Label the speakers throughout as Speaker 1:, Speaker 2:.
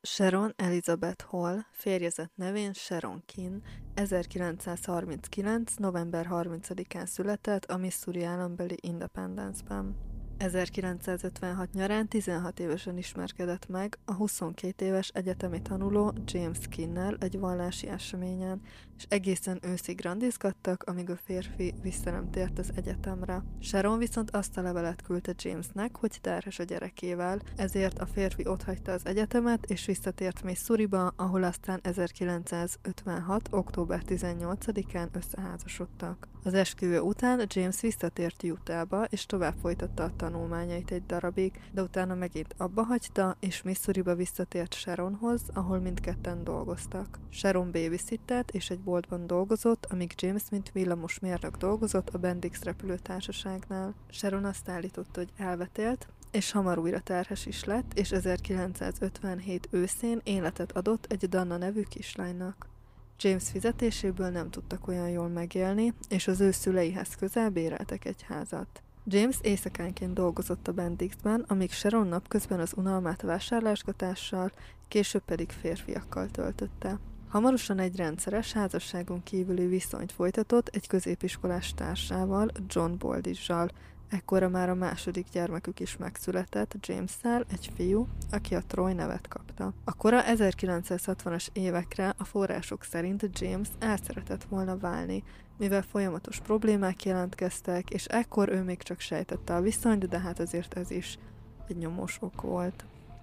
Speaker 1: Sharon Elizabeth Hall, férjezett nevén Sharon Kin, 1939. november 30-án született a Missouri állambeli Independence-ben. 1956 nyarán 16 évesen ismerkedett meg a 22 éves egyetemi tanuló James Kinnel egy vallási eseményen, és egészen őszig randizgattak, amíg a férfi vissza nem tért az egyetemre. Sharon viszont azt a levelet küldte Jamesnek, hogy terhes a gyerekével, ezért a férfi otthagyta az egyetemet, és visszatért Missouriba, ahol aztán 1956. október 18-án összeházasodtak. Az esküvő után James visszatért Utahba, és tovább folytatta a tanulmányait egy darabig, de utána megint abba hagyta, és Missouriba visszatért Sharonhoz, ahol mindketten dolgoztak. Sharon babysittert és egy boltban dolgozott, amíg James mint villamosmérnök dolgozott a Bendix repülőtársaságnál. Sharon azt állította, hogy elvetélt, és hamar újra terhes is lett, és 1957 őszén életet adott egy Dana nevű kislánynak. James fizetéséből nem tudtak olyan jól megélni, és az ő szüleihez közel béreltek egy házat. James éjszakánként dolgozott a Bendixben, amíg Sharon napközben az unalmát vásárlásgatással, később pedig férfiakkal töltötte. Hamarosan egy rendszeres házasságon kívüli viszonyt folytatott egy középiskolás társával, John Boldizsal. Ekkora már a második gyermekük is megszületett, James-szel, egy fiú, aki a Troy nevet kapta. A kora 1960-as évekre a források szerint James el szeretett volna válni, mivel folyamatos problémák jelentkeztek, és ekkor ő még csak sejtette a viszonyt, de hát azért ez is egy nyomós ok volt.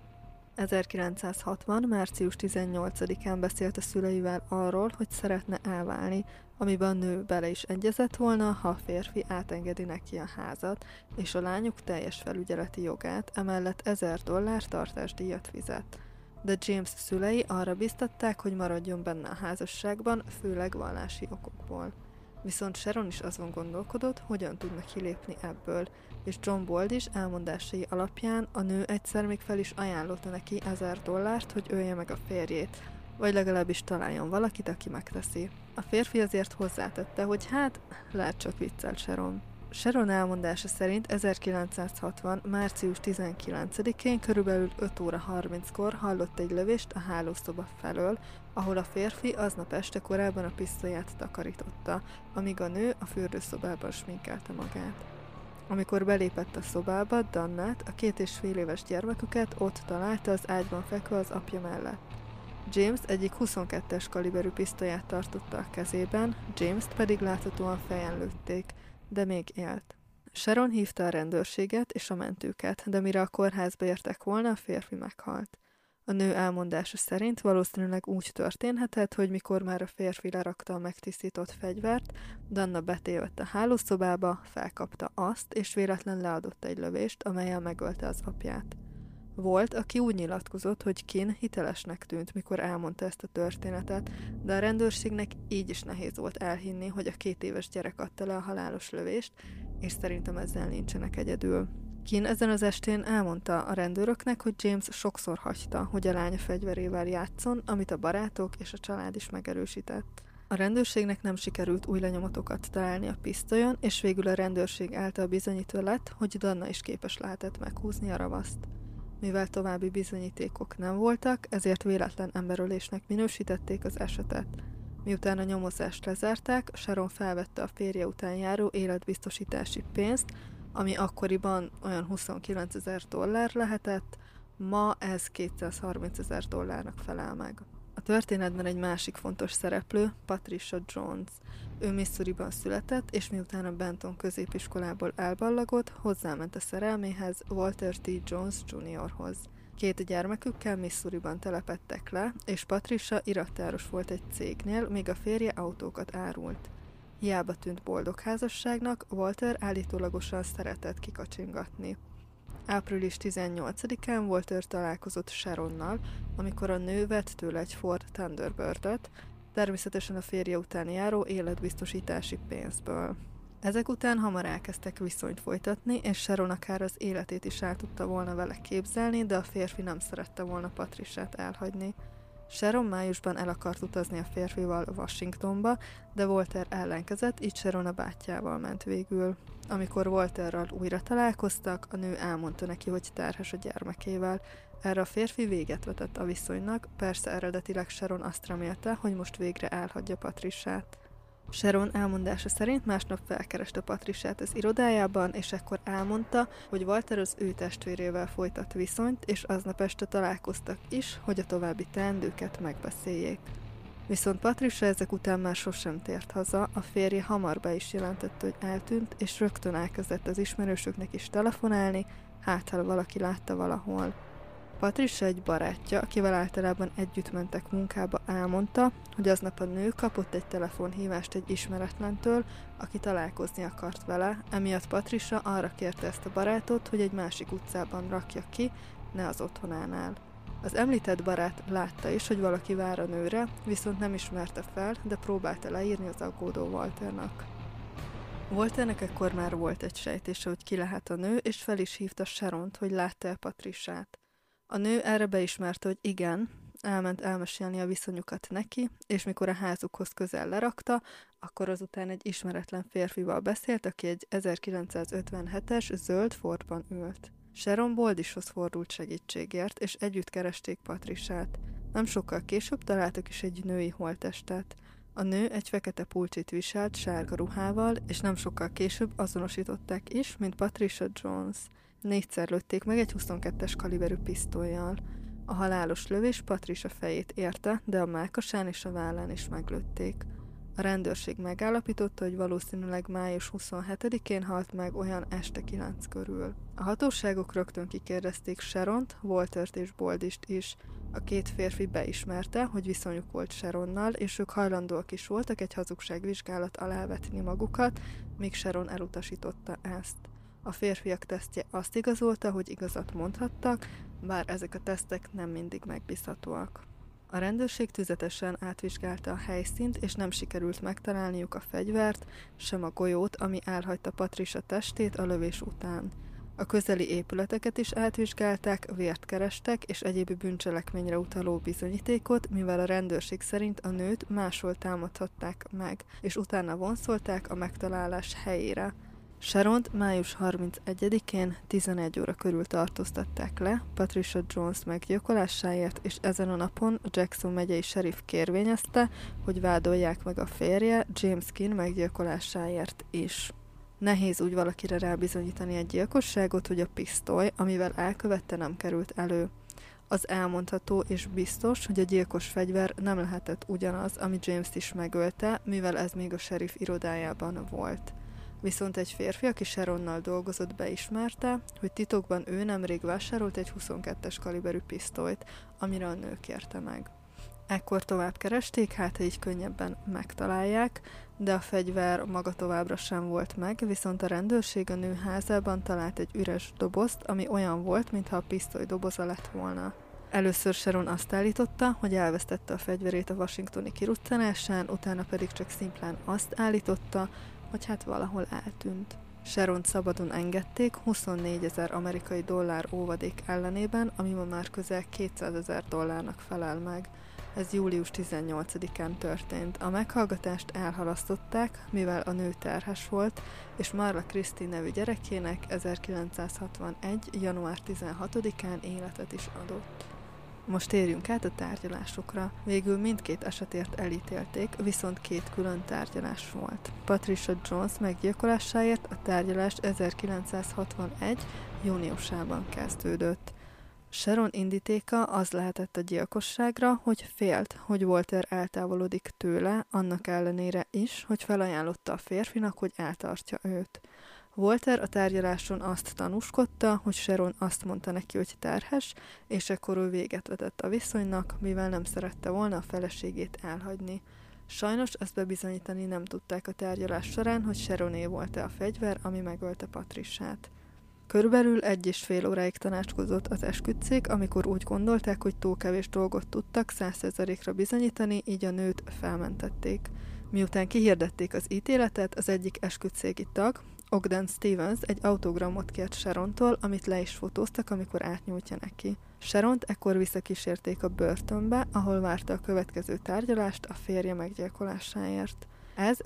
Speaker 1: 1960. március 18-án beszélt a szüleivel arról, hogy szeretne elválni, amiben a nő bele is egyezett volna, ha a férfi átengedi neki a házat, és a lányuk teljes felügyeleti jogát, emellett $1000 tartásdíjat fizet. De James szülei arra biztatták, hogy maradjon benne a házasságban, főleg vallási okokból. Viszont Sharon is azon gondolkodott, hogyan tudna kilépni ebből, és John Boldish elmondásai alapján a nő egyszer még fel is ajánlotta neki $1000, hogy ölje meg a férjét, vagy legalábbis találjon valakit, aki megteszi. A férfi azért hozzátette, hogy hát, lehet csak viccelt Sharon. Sharon elmondása szerint 1960. március 19-én körülbelül 5 óra 30-kor hallott egy lövést a hálószoba felől, ahol a férfi aznap este korábban a pisztolyát takarította, amíg a nő a fürdőszobában sminkelte magát. Amikor belépett a szobába, Dannát, a 2,5 éves gyermeküket ott találta az ágyban fekve az apja mellett. James egyik 22-es kaliberű pisztolyát tartotta a kezében, James-t pedig láthatóan fejen lőtték, de még élt. Sharon hívta a rendőrséget és a mentőket, de mire a kórházba értek volna, a férfi meghalt. A nő elmondása szerint valószínűleg úgy történhetett, hogy mikor már a férfi lerakta a megtisztított fegyvert, Danna betévedt a hálószobába, felkapta azt, és véletlen leadott egy lövést, amellyel megölte az apját. Volt, aki úgy nyilatkozott, hogy Kin hitelesnek tűnt, mikor elmondta ezt a történetet, de a rendőrségnek így is nehéz volt elhinni, hogy a 2 éves gyerek adta le a halálos lövést, és szerintem ezzel nincsenek egyedül. Kin ezen az estén elmondta a rendőröknek, hogy James sokszor hagyta, hogy a lánya fegyverével játszon, amit a barátok és a család is megerősített. A rendőrségnek nem sikerült új lenyomatokat találni a pisztolyon, és végül a rendőrség által bizonyítva lett, hogy Danna is képes lehetett meghúzni a ravaszt. Mivel további bizonyítékok nem voltak, ezért véletlen emberölésnek minősítették az esetet. Miután a nyomozást lezárták, Sharon felvette a férje után járó életbiztosítási pénzt, ami akkoriban olyan $29,000 lehetett, ma ez $230,000 felel meg. A történetben egy másik fontos szereplő, Patricia Jones. Ő Missouriban született, és miután a Benton középiskolából elballagott, hozzáment a szerelméhez, Walter T. Jones Jr.-hoz. 2 gyermekükkel Missouriban telepedtek le, és Patricia irattáros volt egy cégnél, míg a férje autókat árult. Hiába tűnt boldog házasságnak, Walter állítólagosan szeretett kikacsingatni. Április 18-án Walter találkozott Sharonnal, amikor a nő vett tőle egy Ford Thunderbird-öt, természetesen a férje után járó életbiztosítási pénzből. Ezek után hamar elkezdtek viszonyt folytatni, és Sharon akár az életét is el tudta volna vele képzelni, de a férfi nem szerette volna Patriciát elhagyni. Sharon májusban el akart utazni a férfival Washingtonba, de Walter ellenkezett, így Sharon a bátyjával ment végül. Amikor Walterral újra találkoztak, a nő elmondta neki, hogy terhes a gyermekével, Erre a férfi véget vetett a viszonynak, persze eredetileg Sharon azt remélte, hogy most végre elhagyja Patriciát. Sharon elmondása szerint másnap felkereste Patriciát az irodájában, és ekkor elmondta, hogy Walter az ő testvérével folytat viszonyt, és aznap este találkoztak is, hogy a további teendőket megbeszéljék. Viszont Patricia ezek után már sosem tért haza, a férje hamar be is jelentette, hogy eltűnt, és rögtön elkezdett az ismerősöknek is telefonálni, hát ha valaki látta valahol. Patricia egy barátja, akivel általában együtt mentek munkába, elmondta, hogy aznap a nő kapott egy telefonhívást egy ismeretlentől, aki találkozni akart vele, emiatt Patricia arra kérte ezt a barátot, hogy egy másik utcában rakja ki, ne az otthonánál. Az említett barát látta is, hogy valaki vár a nőre, viszont nem ismerte fel, de próbálta leírni az aggódó Walternak. Walternek ekkor már volt egy sejtése, hogy ki lehet a nő, és fel is hívta Sharont, hogy látta-e Patriciát. A nő erre beismerte, hogy igen, elment elmesélni a viszonyukat neki, és mikor a házukhoz közel lerakta, akkor azután egy ismeretlen férfival beszélt, aki egy 1957-es zöld Fordban ült. Sharon Boldishoz fordult segítségért, és együtt keresték Patriciát. Nem sokkal később találtak is egy női holttestet. A nő egy fekete pulcsit viselt sárga ruhával, és nem sokkal később azonosították is, mint Patricia Jones. 4-szer lőtték meg egy 22-es kaliberű pisztollyal. A halálos lövés Patricia fejét érte, de a mellkasán és a vállán is meglőtték. A rendőrség megállapította, hogy valószínűleg május 27-én halt meg olyan este 9 körül. A hatóságok rögtön kikérdezték Sharont, Waltert és Boldist is. A két férfi beismerte, hogy viszonyuk volt Sharonnal, és ők hajlandóak is voltak egy hazugságvizsgálat alá vetni magukat, míg Sharon elutasította ezt. A férfiak tesztje azt igazolta, hogy igazat mondhattak, bár ezek a tesztek nem mindig megbízhatóak. A rendőrség tüzetesen átvizsgálta a helyszínt, és nem sikerült megtalálniuk a fegyvert, sem a golyót, ami elhagyta Patricia testét a lövés után. A közeli épületeket is átvizsgálták, vért kerestek, és egyéb bűncselekményre utaló bizonyítékot, mivel a rendőrség szerint a nőt máshol támadhatták meg, és utána vonszolták a megtalálás helyére. Sharont május 31-én 11 óra körül tartóztatták le Patricia Jones meggyilkolásáért, és ezen a napon Jackson megyei sheriff kérvényezte, hogy vádolják meg a férje James Keane meggyilkolásáért is. Nehéz úgy valakire rábizonyítani egy gyilkosságot, hogy a pisztoly, amivel elkövette, nem került elő. Az elmondható és biztos, hogy a gyilkos fegyver nem lehetett ugyanaz, ami James-t is megölte, mivel ez még a sheriff irodájában volt. Viszont egy férfi, aki Sharonnal dolgozott, beismerte, hogy titokban ő nemrég vásárolt egy 22-es kaliberű pisztolyt, amire a nő kérte meg. Ekkor tovább keresték, hát így könnyebben megtalálják, de a fegyver maga továbbra sem volt meg, viszont a rendőrség a nő házában talált egy üres dobozt, ami olyan volt, mintha a pisztoly doboza lett volna. Először Sharon azt állította, hogy elvesztette a fegyverét a washingtoni kiruccanásán, utána pedig csak szimplán azt állította, hogy hát valahol eltűnt. Sharont szabadon engedték 24 000 amerikai dollár óvadék ellenében, ami ma már közel 200 000 dollárnak felel meg. Ez július 18-án történt. A meghallgatást elhalasztották, mivel a nő terhes volt, és Marla Christine nevű gyerekének 1961. január 16-án életet is adott. Most térjünk át a tárgyalásokra. Végül mindkét esetért elítélték, viszont két külön tárgyalás volt. Patricia Jones meggyilkolásáért a tárgyalás 1961. júniusában kezdődött. Sharon indítéka az lehetett a gyilkosságra, hogy félt, hogy Walter eltávolodik tőle, annak ellenére is, hogy felajánlotta a férfinak, hogy eltartja őt. Walter a tárgyaláson azt tanúskodta, hogy Sharon azt mondta neki, hogy terhes, és ekkor ő véget vetett a viszonynak, mivel nem szerette volna a feleségét elhagyni. Sajnos ezt bebizonyítani nem tudták a tárgyalás során, hogy Sharoné volt-e a fegyver, ami megölte Patriciát. Körülbelül 1,5 óráig tanácskozott az esküdtszék, amikor úgy gondolták, hogy túl kevés dolgot tudtak 100%-ra bizonyítani, így a nőt felmentették. Miután kihirdették az ítéletet, az egyik esküdtszéki tag, Ogden Stevens egy autogramot kért Sharontól, amit le is fotóztak, amikor átnyújtja neki. Sharont ekkor visszakísérték a börtönbe, ahol várta a következő tárgyalást a férje meggyilkolásáért. Ez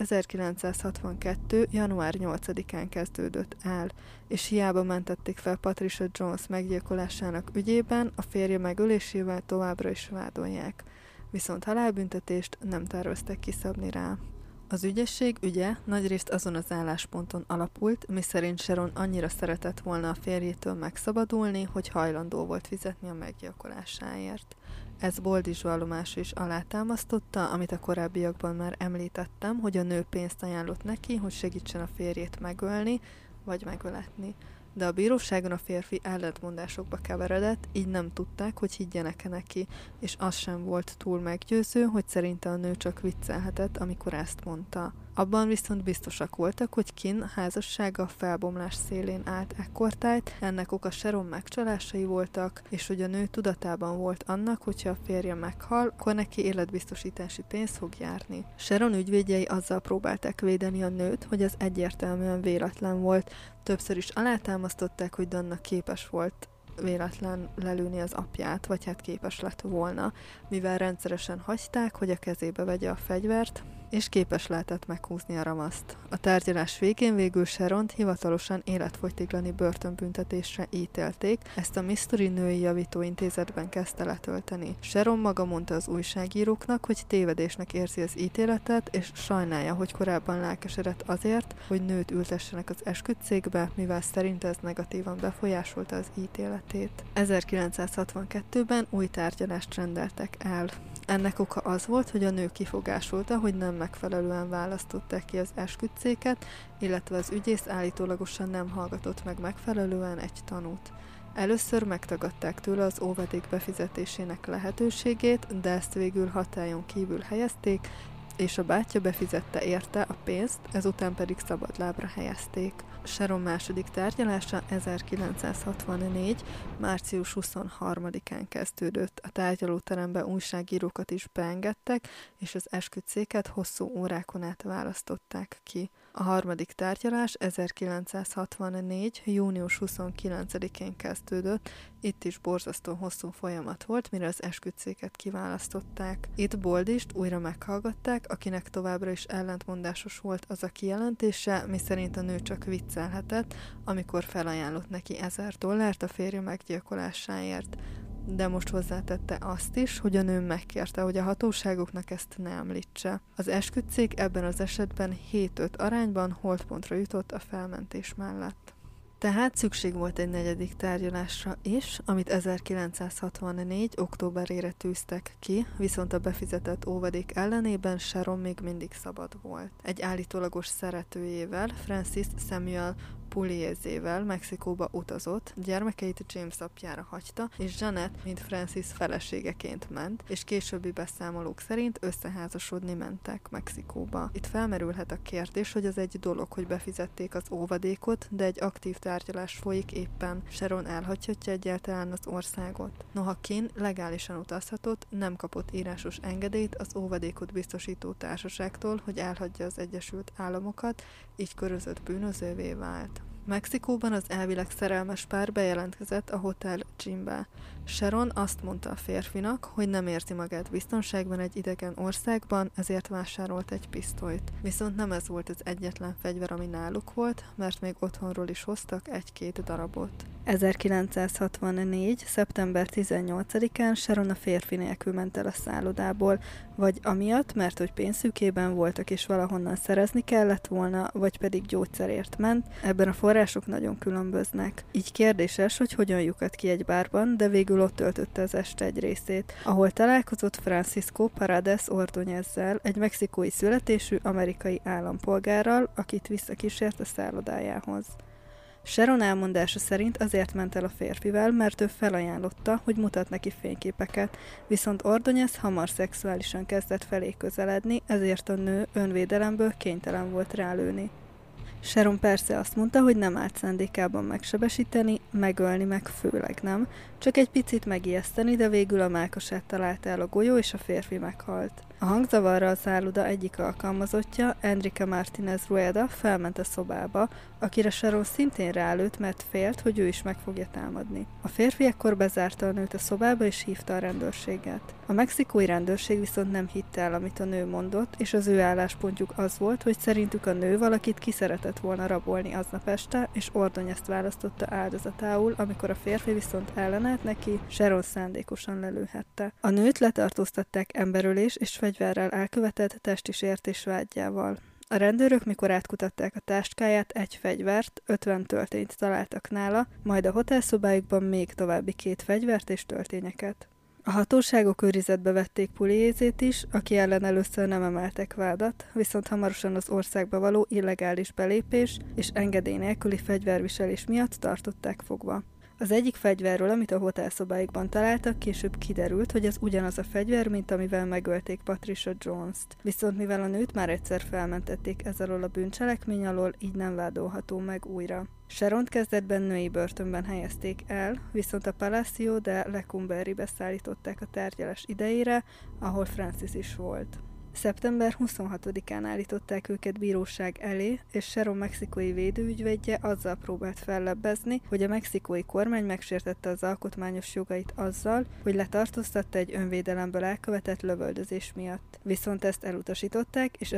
Speaker 1: 1962. január 8-án kezdődött el, és hiába mentették fel Patricia Jones meggyilkolásának ügyében, a férje megölésével továbbra is vádolják. Viszont halálbüntetést nem terveztek kiszabni rá. Az ügyészség ügye nagyrészt azon az állásponton alapult, miszerint Sharon annyira szeretett volna a férjétől megszabadulni, hogy hajlandó volt fizetni a meggyilkolásáért. Ez Boldizs vallomása is alátámasztotta, amit a korábbiakban már említettem, hogy a nő pénzt ajánlott neki, hogy segítsen a férjét megölni, vagy megöletni. De a bíróságon a férfi ellentmondásokba keveredett, így nem tudták, hogy higgyenek-e neki, és az sem volt túl meggyőző, hogy szerinte a nő csak viccelhetett, amikor ezt mondta. Abban viszont biztosak voltak, hogy Kin házassága felbomlás szélén állt ekkortájt, ennek oka Sharon megcsalásai voltak, és hogy a nő tudatában volt annak, hogyha a férje meghal, akkor neki életbiztosítási pénz fog járni. Sharon ügyvédjei azzal próbálták védeni a nőt, hogy ez egyértelműen véletlen volt. Többször is alátámasztották, hogy Donna képes volt véletlen lelőni az apját, vagy hát képes lett volna, mivel rendszeresen hagyták, hogy a kezébe vegye a fegyvert, és képes lehetett meghúzni a ramaszt. A tárgyalás végén végül Sharont hivatalosan életfogytiglani börtönbüntetésre ítélték, ezt a Missouri Női Javító Intézetben kezdte letölteni. Sharon maga mondta az újságíróknak, hogy tévedésnek érzi az ítéletet, és sajnálja, hogy korábban lelkesedett azért, hogy nőt ültessenek az esküdtszékbe, mivel szerint ez negatívan befolyásolta az ítéletét. 1962-ben új tárgyalást rendeltek el. Ennek oka az volt, hogy a nő kifogásolta, hogy nem megfelelően választották ki az esküdtszéket, illetve az ügyész állítólagosan nem hallgatott meg megfelelően egy tanút. Először megtagadták tőle az óvadék befizetésének lehetőségét, de ezt végül hatályon kívül helyezték, és a bátyja befizette érte a pénzt, ezután pedig szabadlábra helyezték. Sharon második tárgyalása 1964. március 23-án kezdődött. A tárgyalóterembe újságírókat is beengedtek, és az esküdtszéket hosszú órákon át választották ki. A harmadik tárgyalás 1964. június 29-én kezdődött, itt is borzasztó hosszú folyamat volt, mire az esküdtszéket kiválasztották. Itt Boldist újra meghallgatták, akinek továbbra is ellentmondásos volt az a kijelentése, miszerint a nő csak viccelhetett, amikor felajánlott neki $1000 a férje meggyilkolásáért. De most hozzátette azt is, hogy a nő megkérte, hogy a hatóságoknak ezt ne említse. Az esküdtszék ebben az esetben 7-5 arányban holdpontra jutott a felmentés mellett. Tehát szükség volt egy negyedik tárgyalásra is, amit 1964. októberére tűztek ki, viszont a befizetett óvadék ellenében Sharon még mindig szabad volt. Egy állítólagos szeretőjével, Francis Samuel Pugliese-vel Mexikóba utazott, gyermekeit James apjára hagyta, és Janet, mint Francis feleségeként ment, és későbbi beszámolók szerint összeházasodni mentek Mexikóba. Itt felmerülhet a kérdés, hogy az egy dolog, hogy befizették az óvadékot, de egy aktív tárgyalás folyik éppen. Sharon elhagyhatja egyáltalán az országot. Noha Kin legálisan utazhatott, nem kapott írásos engedélyt az óvadékot biztosító társaságtól, hogy elhagyja az Egyesült Államokat, így körözött bűnözővé vált. Mexikóban az elvileg szerelmes pár bejelentkezett a Hotel Jimbe. Sharon azt mondta a férfinak, hogy nem érzi magát biztonságban egy idegen országban, ezért vásárolt egy pisztolyt. Viszont nem ez volt az egyetlen fegyver, ami náluk volt, mert még otthonról is hoztak 1-2 darabot. 1964. szeptember 18-án Sharon a férfi nélkül ment el a szállodából, vagy amiatt, mert hogy pénzszűkében voltak és valahonnan szerezni kellett volna, vagy pedig gyógyszerért ment, ebben a források nagyon különböznek. Így kérdéses, hogy hogyan lyukadt ki egy bárban, de végül ott töltötte az este egy részét, ahol találkozott Francisco Paredes Ordóñezzel, egy mexikói születésű amerikai állampolgárral, akit visszakísért a szállodájához. Sharon elmondása szerint azért ment el a férfivel, mert ő felajánlotta, hogy mutat neki fényképeket, viszont Ordóñez hamar szexuálisan kezdett felé közeledni, ezért a nő önvédelemből kénytelen volt rálőni. Sharon persze azt mondta, hogy nem állt szándékában megsebesíteni, megölni meg főleg nem, csak egy picit megijeszteni, de végül a mellkasát találta el a golyó, és a férfi meghalt. A hangzavarra a szálloda egyik alkalmazottja, Enrique Martínez Rueda felment a szobába, akire Sharon szintén rálőtt, mert félt, hogy ő is meg fogja támadni. A férfi ekkor bezárta a nőt a szobába, és hívta a rendőrséget. A mexikói rendőrség viszont nem hitte el, amit a nő mondott, és az ő álláspontjuk az volt, hogy szerintük a nő valakit ki szeretett volna rabolni aznap este, és Ordonez-t választotta áldozatául, amikor a férfi viszont ellenállt neki, Sharon szándékosan lelőhette. A nőt letartóztatták emberölés és fegyverrel elkövetett testi sértés vádjával. A rendőrök, mikor átkutatták a táskáját, egy fegyvert, 50 töltényt találtak nála, majd a hotelszobájukban még további 2 fegyvert és töltényeket. A hatóságok őrizetbe vették Pugliese-t is, aki ellen először nem emeltek vádat, viszont hamarosan az országba való illegális belépés és engedély nélküli fegyverviselés miatt tartották fogva. Az egyik fegyverről, amit a hotelszobáikban találtak, később kiderült, hogy ez ugyanaz a fegyver, mint amivel megölték Patricia Jones-t. Viszont mivel a nőt már egyszer felmentették ez alól a bűncselekmény alól, így nem vádolható meg újra. Sharont kezdetben női börtönben helyezték el, viszont a Palacio de Lecumberribe szállították a tárgyalás idejére, ahol Francis is volt. Szeptember 26-án állították őket bíróság elé, és Sharon mexikói védőügyvédje azzal próbált fellebbezni, hogy a mexikói kormány megsértette az alkotmányos jogait azzal, hogy letartóztatta egy önvédelemből elkövetett lövöldözés miatt. Viszont ezt elutasították, és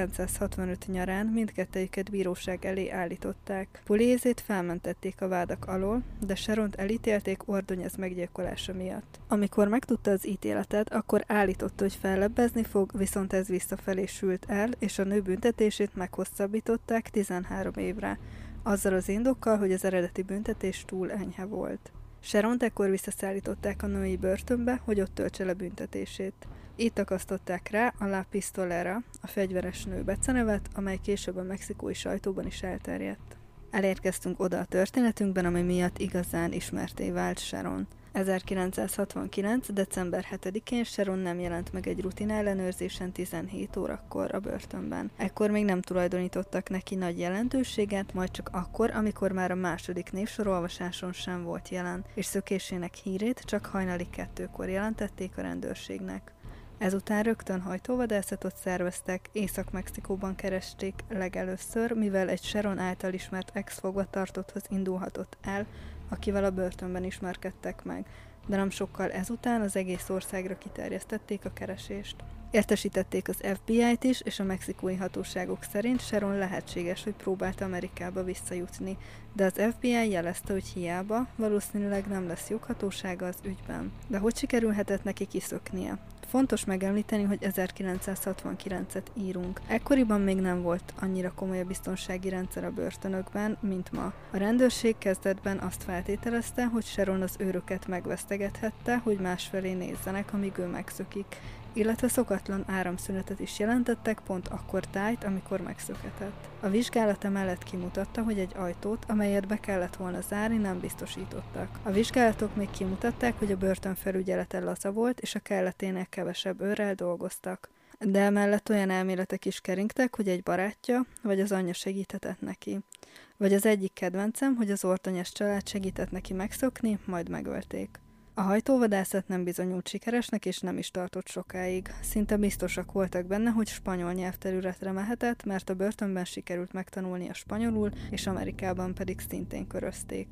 Speaker 1: 1965 nyarán mindkettejüket bíróság elé állították. Pugliese-t felmentették a vádak alól, de Sharont elítélték Ordonez meggyilkolása miatt. Amikor megtudta az ítéletet, akkor állította, hogy fellebbezni fog, viszont ez visszafelé sült el, és a nő büntetését meghosszabbították 13 évre, azzal az indokkal, hogy az eredeti büntetés túl enyhe volt. Sharont ekkor visszaszállították a női börtönbe, hogy ott töltse le büntetését. Itt akasztották rá a La Pistolera, a fegyveres nő becenevet, amely később a mexikói sajtóban is elterjedt. Elérkeztünk oda a történetünkben, ami miatt igazán ismertté vált Sharon. 1969. december 7-én Sharon nem jelent meg egy rutin ellenőrzésen 17 órakor a börtönben. Ekkor még nem tulajdonítottak neki nagy jelentőséget, majd csak akkor, amikor már a második névsorolvasáson sem volt jelen, és szökésének hírét csak hajnali 2-kor jelentették a rendőrségnek. Ezután rögtön hajtóvadászatot szerveztek, Észak-Mexikóban keresték legelőször, mivel egy Sharon által ismert ex-fogvatartotthoz indulhatott el, akivel a börtönben ismerkedtek meg, de nem sokkal ezután az egész országra kiterjesztették a keresést. Értesítették az FBI-t is, és a mexikói hatóságok szerint Sharon lehetséges, hogy próbált Amerikába visszajutni, de az FBI jelezte, hogy hiába, valószínűleg nem lesz joghatósága az ügyben. De hogy sikerülhetett neki kiszöknie? Fontos megemlíteni, hogy 1969-et írunk. Ekkoriban még nem volt annyira komoly a biztonsági rendszer a börtönökben, mint ma. A rendőrség kezdetben azt feltételezte, hogy Sharon az őröket megvesztegethette, hogy másfelé nézzenek, amíg ő megszökik, illetve szokatlan áramszünetet is jelentettek pont akkor tájt, amikor megszökhetett. A vizsgálata mellett kimutatta, hogy egy ajtót, amelyet be kellett volna zárni, nem biztosítottak. A vizsgálatok még kimutatták, hogy a börtön felügyelete laza volt, és a kelleténél kevesebb őrrel dolgoztak. De emellett olyan elméletek is keringtek, hogy egy barátja vagy az anyja segíthetett neki. Vagy az egyik kedvencem, hogy az Ordonez család segített neki megszökni, majd megölték. A hajtóvadászat nem bizonyult sikeresnek, és nem is tartott sokáig. Szinte biztosak voltak benne, hogy spanyol nyelvterületre mehetett, mert a börtönben sikerült megtanulni a spanyolul, és Amerikában pedig szintén körözték.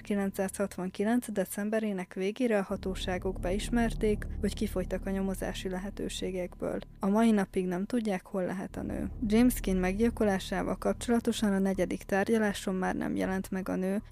Speaker 1: 1969. decemberének végére a hatóságok beismerték, hogy kifogytak a nyomozási lehetőségekből. A mai napig nem tudják, hol lehet a nő. James King meggyilkolásával kapcsolatosan a 4. tárgyaláson már nem jelent meg a nő.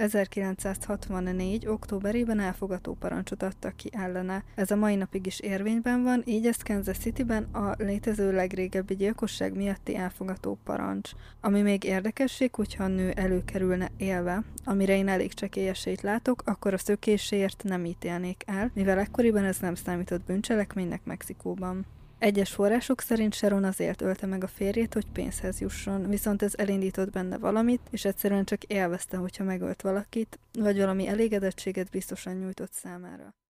Speaker 1: 1964. októberében elfogató parancsot adtak ki ellene. Ez a mai napig is érvényben van, így ez Kansas Cityben a létező legrégebbi gyilkosság miatti elfogató parancs. Ami még érdekesség, hogyha a nő előkerülne élve, amire én elég csekély esélyt látok, akkor a szökéséért nem ítélnék el, mivel ekkoriban ez nem számított bűncselekménynek Mexikóban. Egyes források szerint Sharon azért ölte meg a férjét, hogy pénzhez jusson, viszont ez elindított benne valamit, és egyszerűen csak élvezte, hogyha megölt valakit, vagy valami elégedettséget biztosan nyújtott számára.